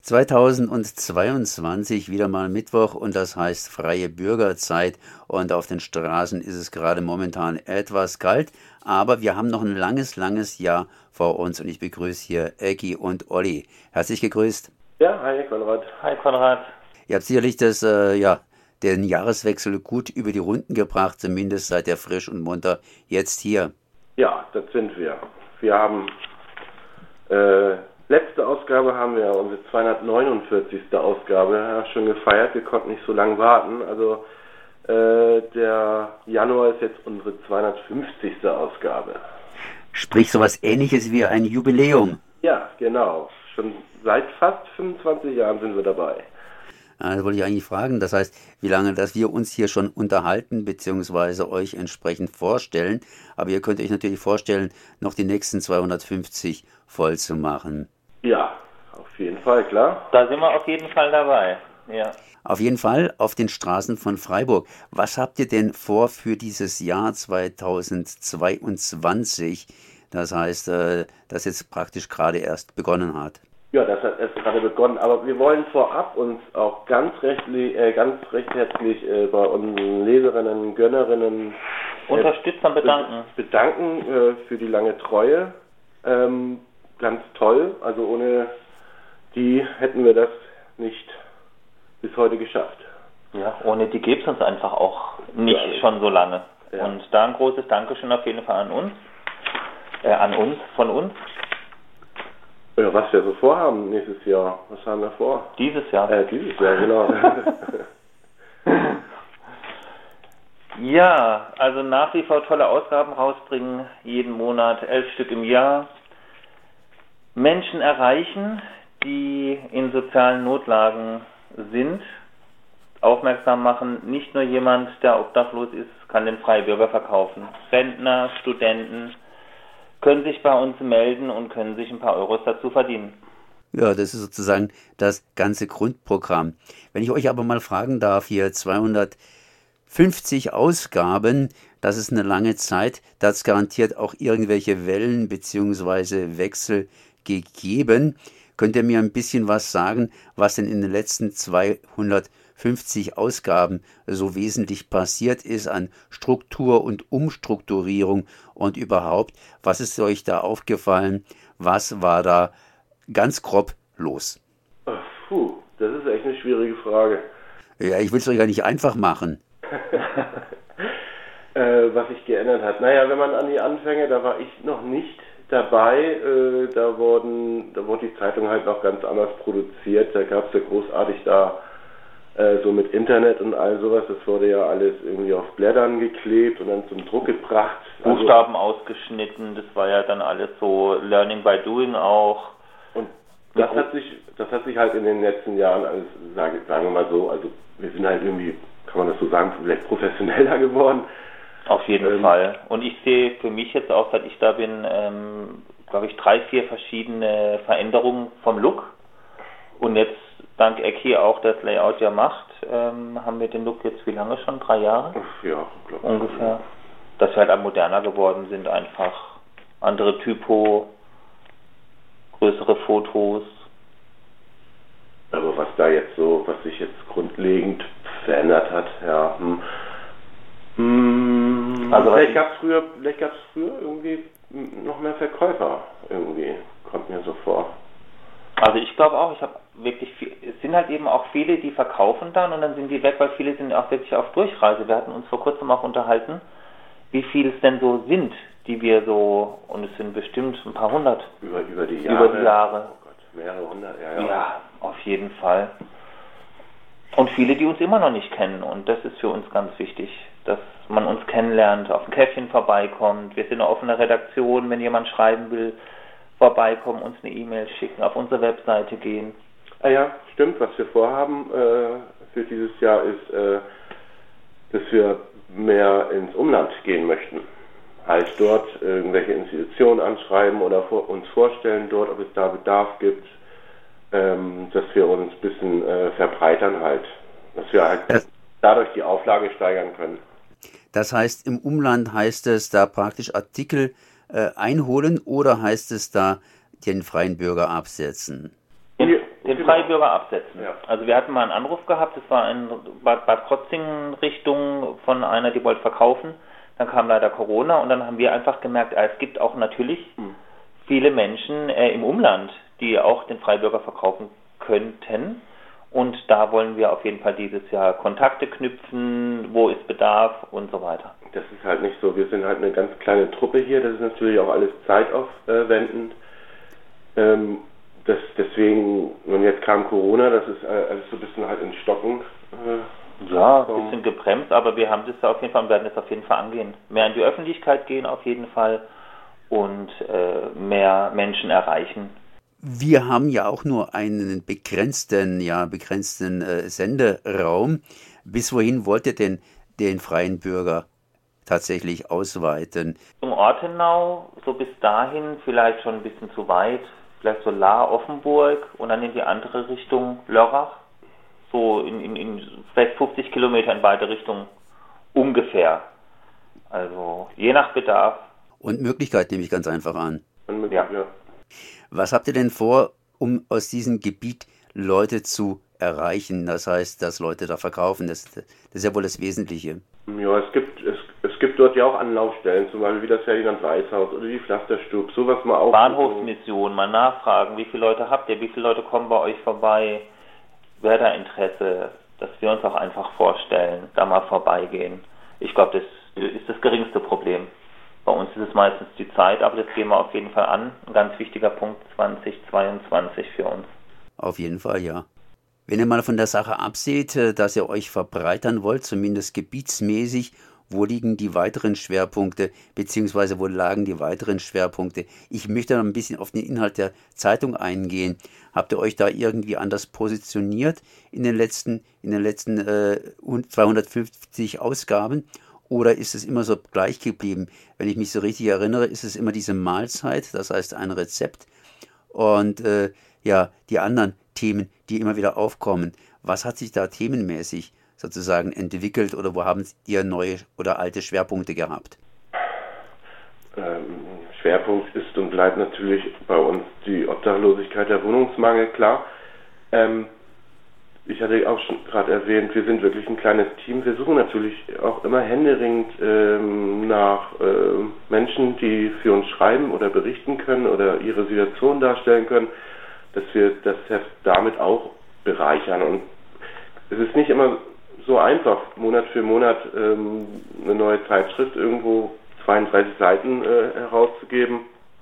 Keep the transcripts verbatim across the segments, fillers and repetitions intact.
zweitausendzweiundzwanzig, wieder mal Mittwoch und das heißt freie Bürgerzeit und auf den Straßen ist es gerade momentan etwas kalt, aber wir haben noch ein langes, langes Jahr vor uns und ich begrüße hier Ecki und Olli. Herzlich gegrüßt. Ja, hi Konrad. Hi Konrad. Ihr habt sicherlich das, äh, ja, den Jahreswechsel gut über die Runden gebracht, zumindest seid ihr frisch und munter jetzt hier. Ja, das sind wir. Wir haben, äh, letzte Ausgabe haben wir unsere zweihundertneunundvierzigste Ausgabe ja, schon gefeiert. Wir konnten nicht so lange warten. Also äh, der Januar ist jetzt unsere zweihundertfünfzigste Ausgabe. Sprich sowas Ähnliches wie ein Jubiläum. Ja, genau. Schon seit fast fünfundzwanzig Jahren sind wir dabei. Das wollte ich eigentlich fragen. Das heißt, wie lange, dass wir uns hier schon unterhalten bzw. euch entsprechend vorstellen. Aber ihr könnt euch natürlich vorstellen, noch die nächsten zweihundertfünfzig voll zu machen. Ja, auf jeden Fall, klar. Da sind wir auf jeden Fall dabei. Ja. Auf jeden Fall auf den Straßen von Freiburg. Was habt ihr denn vor für dieses Jahr zweitausendzweiundzwanzig? Das heißt, das jetzt praktisch gerade erst begonnen hat. Ja, das hat erst gerade begonnen, aber wir wollen vorab uns auch ganz recht, äh, ganz recht herzlich äh, bei unseren Leserinnen, Gönnerinnen, äh, Unterstützern bedanken. Bedanken äh, für die lange Treue. Ähm, ganz toll, also ohne die hätten wir das nicht bis heute geschafft. Ja, ohne die gäbe es uns einfach auch nicht ja, schon so lange. Ja. Und da ein großes Dankeschön auf jeden Fall an uns, äh, an uns, von uns. Ja, was wir so vorhaben nächstes Jahr. Was haben wir vor? Dieses Jahr. Äh, dieses Jahr, genau. Ja, also nach wie vor tolle Ausgaben rausbringen, jeden Monat elf Stück im Jahr. Menschen erreichen, die in sozialen Notlagen sind. Aufmerksam machen, nicht nur jemand, der obdachlos ist, kann den Freibürger verkaufen. Rentner, Studenten können sich bei uns melden und können sich ein paar Euros dazu verdienen. Ja, das ist sozusagen das ganze Grundprogramm. Wenn ich euch aber mal fragen darf, hier zweihundertfünfzig Ausgaben, das ist eine lange Zeit, da hat es garantiert auch irgendwelche Wellen bzw. Wechsel gegeben. Könnt ihr mir ein bisschen was sagen, was denn in den letzten zweihundertfünfzig Ausgaben so wesentlich passiert ist an Struktur und Umstrukturierung und überhaupt, was ist euch da aufgefallen? Was war da ganz grob los? Ach, puh, das ist echt eine schwierige Frage. Ja, ich will es euch gar nicht einfach machen. äh, was sich geändert hat. Naja, wenn man an die Anfänge, da war ich noch nicht dabei, äh, da wurden, da wurde die Zeitung halt noch ganz anders produziert. Da gab es ja großartig da äh, so mit Internet und all sowas. Das wurde ja alles irgendwie auf Blättern geklebt und dann zum Druck gebracht. Buchstaben also, ausgeschnitten. Das war ja dann alles so Learning by Doing auch. Und das hat sich, das hat sich halt in den letzten Jahren, alles, sagen, sagen wir mal so, also wir sind halt irgendwie, kann man das so sagen, vielleicht professioneller geworden. Auf jeden ähm, Fall. Und ich sehe für mich jetzt auch, seit ich da bin, ähm, glaube ich, drei, vier verschiedene Veränderungen vom Look. Und jetzt, dank Ecki auch das Layout ja macht, ähm, haben wir den Look jetzt wie lange schon? Drei Jahre? Ja, glaube ich. Ungefähr. Dass wir halt moderner geworden sind, einfach andere Typo, größere Fotos. Aber was da jetzt so, was sich jetzt grundlegend verändert hat, ja, hm. Hm, also vielleicht gab es früher, vielleicht gab es früher irgendwie noch mehr Verkäufer irgendwie, kommt mir so vor. Also ich glaube auch, ich habe wirklich viel, es sind halt eben auch viele, die verkaufen dann und dann sind die weg, weil viele sind auch wirklich auf Durchreise. Wir hatten uns vor kurzem auch unterhalten, wie viel es denn so sind, die wir so, und es sind bestimmt ein paar hundert. Über, über die Jahre? Über die Jahre. Oh Gott, mehrere hundert, ja, ja. Ja, auf jeden Fall. Und viele, die uns immer noch nicht kennen und das ist für uns ganz wichtig, dass man uns kennenlernt, auf ein Käffchen vorbeikommt. Wir sind eine offene Redaktion, wenn jemand schreiben will, vorbeikommen, uns eine E-Mail schicken, auf unsere Webseite gehen. Ah ja, stimmt, was wir vorhaben äh, für dieses Jahr ist, äh, dass wir mehr ins Umland gehen möchten. Halt dort irgendwelche Institutionen anschreiben oder vor, uns vorstellen dort, ob es da Bedarf gibt, ähm, dass wir uns ein bisschen äh, verbreitern halt. Dass wir halt das dadurch die Auflage steigern können. Das heißt, im Umland heißt es da praktisch Artikel äh, einholen oder heißt es da den freien Bürger absetzen? Den, den den genau. Freibürger absetzen. Ja. Also wir hatten mal einen Anruf gehabt, das war in Bad, Bad Krotzingen Richtung von einer, die wollte verkaufen. Dann kam leider Corona und dann haben wir einfach gemerkt, äh, es gibt auch natürlich hm. viele Menschen äh, im Umland, die auch den Freibürger verkaufen könnten. Und da wollen wir auf jeden Fall dieses Jahr Kontakte knüpfen, wo ist Bedarf und so weiter. Das ist halt nicht so. Wir sind halt eine ganz kleine Truppe hier. Das ist natürlich auch alles zeitaufwendend. Ähm, das, deswegen, und jetzt kam Corona, das ist alles so ein bisschen halt in Stocken. Äh, ja, ein bisschen gebremst, aber wir haben das auf jeden Fall und werden das auf jeden Fall angehen. Mehr in die Öffentlichkeit gehen auf jeden Fall und äh, mehr Menschen erreichen. Wir haben ja auch nur einen begrenzten, ja, begrenzten äh, Senderaum. Bis wohin wollt ihr denn den freien Bürger tatsächlich ausweiten? Zum Ortenau, so bis dahin, vielleicht schon ein bisschen zu weit, vielleicht so Lahr, Offenburg und dann in die andere Richtung Lörrach. So in, in, in vielleicht fünfzig Kilometer in beide Richtungen ungefähr. Also je nach Bedarf. Und Möglichkeit nehme ich ganz einfach an. Ja. ja. Was habt ihr denn vor, um aus diesem Gebiet Leute zu erreichen? Das heißt, dass Leute da verkaufen. Das, das ist ja wohl das Wesentliche. Ja, es gibt es, es gibt dort ja auch Anlaufstellen, zum Beispiel wie das Ferdinand Weißhaus oder die Pflasterstub, sowas mal auch. Bahnhofsmission, mal nachfragen, wie viele Leute habt ihr, wie viele Leute kommen bei euch vorbei, wer da Interesse, dass wir uns auch einfach vorstellen, da mal vorbeigehen. Ich glaube, das ist das geringste Problem. Bei uns ist es meistens die Zeit, aber das gehen wir auf jeden Fall an. Ein ganz wichtiger Punkt zweitausendzweiundzwanzig für uns. Auf jeden Fall, ja. Wenn ihr mal von der Sache abseht, dass ihr euch verbreitern wollt, zumindest gebietsmäßig, wo liegen die weiteren Schwerpunkte, beziehungsweise wo lagen die weiteren Schwerpunkte? Ich möchte noch ein bisschen auf den Inhalt der Zeitung eingehen. Habt ihr euch da irgendwie anders positioniert in den letzten, in den letzten äh, zweihundertfünfzig Ausgaben? Oder ist es immer so gleich geblieben? Wenn ich mich so richtig erinnere, ist es immer diese Mahlzeit, das heißt ein Rezept. Und äh, ja, die anderen Themen, die immer wieder aufkommen. Was hat sich da themenmäßig sozusagen entwickelt oder wo haben ihr neue oder alte Schwerpunkte gehabt? Ähm, Schwerpunkt ist und bleibt natürlich bei uns die Obdachlosigkeit, der Wohnungsmangel, klar. Ähm, ich hatte auch schon gerade erwähnt, wir sind wirklich ein kleines Team. Wir suchen natürlich auch immer händeringend ähm, nach äh, Menschen, die für uns schreiben oder berichten können oder ihre Situation darstellen können, dass wir das Heft damit auch bereichern. Und es ist nicht immer so einfach, Monat für Monat ähm, eine neue Zeitschrift irgendwo zweiunddreißig Seiten äh, herauszugeben.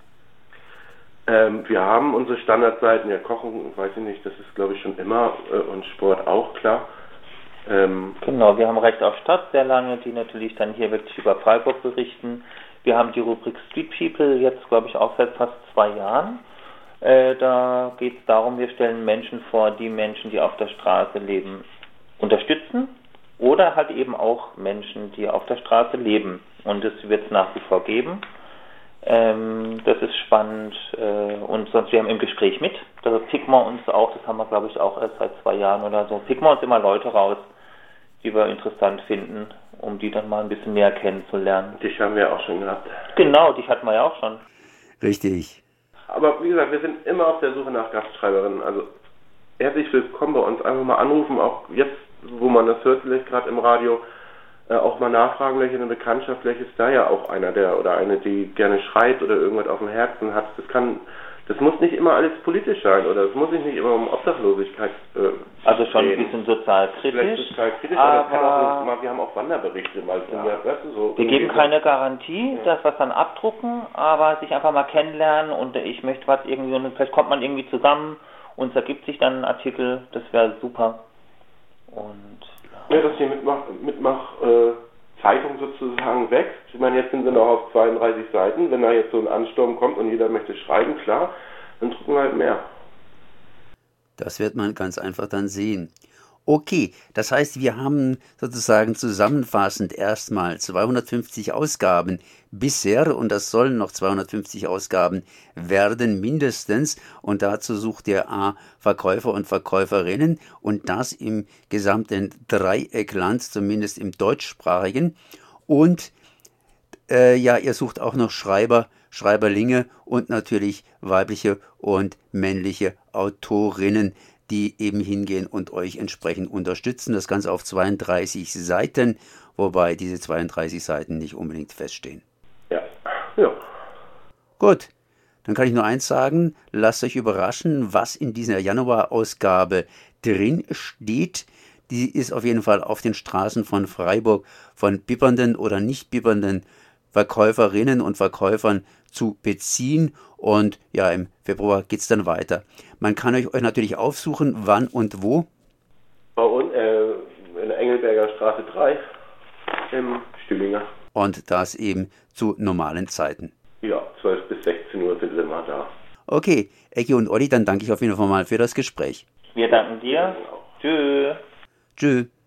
Ähm, wir haben unsere Standardseiten, ja, Kochen, weiß ich nicht, das ist glaube ich schon immer äh, und Sport auch, klar. Ähm, genau, wir haben Recht auf Stadt sehr lange, die natürlich dann hier wirklich über Freiburg berichten. Wir haben die Rubrik Street People jetzt glaube ich auch seit fast zwei Jahren. Äh, da geht es darum, wir stellen Menschen vor, die Menschen, die auf der Straße leben, unterstützen oder halt eben auch Menschen, die auf der Straße leben. Und das wird es nach wie vor geben. Ähm, das ist spannend. Äh, und sonst, wir haben im Gespräch mit, da picken wir uns auch, das haben wir glaube ich auch erst seit zwei Jahren oder so, picken wir uns immer Leute raus, die wir interessant finden, um die dann mal ein bisschen näher kennenzulernen. Dich haben wir auch schon gehabt. Genau, dich hatten wir ja auch schon. Richtig. Aber wie gesagt, wir sind immer auf der Suche nach Gastschreiberinnen. Also herzlich willkommen bei uns. Einfach mal anrufen, auch jetzt, wo man das hört, vielleicht gerade im Radio, äh, auch mal nachfragen, welche eine Bekanntschaft, vielleicht ist da ja auch einer, der oder eine, die gerne schreibt oder irgendwas auf dem Herzen hat. Das kann, das muss nicht immer alles politisch sein oder es muss sich nicht immer um Obdachlosigkeit äh, Also schon gehen. ein bisschen sozialkritisch. Vielleicht sozialkritisch, aber, aber kann auch, mal, wir haben auch Wanderberichte mal. Ja. Ja, weißt du, so wir geben keine Garantie, ja. dass wir es dann abdrucken, aber sich einfach mal kennenlernen und ich möchte was irgendwie und vielleicht kommt man irgendwie zusammen und es ergibt sich dann ein Artikel, das wäre super. Und ja, ja dass die Mitmach, Mitmach äh, Zeitung sozusagen wächst. Ich meine, jetzt sind wir noch auf zweiunddreißig Seiten. Wenn da jetzt so ein Ansturm kommt und jeder möchte schreiben, klar, dann drucken wir halt mehr. Das wird man ganz einfach dann sehen. Okay, das heißt, wir haben sozusagen zusammenfassend erstmal zweihundertfünfzig Ausgaben bisher und das sollen noch zweihundertfünfzig Ausgaben werden mindestens und dazu sucht ihr A Verkäufer und Verkäuferinnen und das im gesamten Dreieckland, zumindest im deutschsprachigen und äh, ja, ihr sucht auch noch Schreiber, Schreiberlinge und natürlich weibliche und männliche Autorinnen. die eben hingehen und euch entsprechend unterstützen. Das Ganze auf zweiunddreißig Seiten, wobei diese zweiunddreißig Seiten nicht unbedingt feststehen. Ja, ja. Gut, dann kann ich nur eins sagen, lasst euch überraschen, was in dieser Januarausgabe drin steht. Die ist auf jeden Fall auf den Straßen von Freiburg von bibbernden oder nicht bibbernden Verkäuferinnen und Verkäufern zu beziehen. Und ja, im Februar geht es dann weiter. Man kann euch, euch natürlich aufsuchen, wann und wo. Bei uns äh, in der Engelberger Straße drei im Stühlinger. Und das eben zu normalen Zeiten. Ja, zwölf bis sechzehn Uhr sind wir immer da. Okay, Ecki und Olli, dann danke ich auf jeden Fall mal für das Gespräch. Wir danken dir. Tschüss. Tschüss.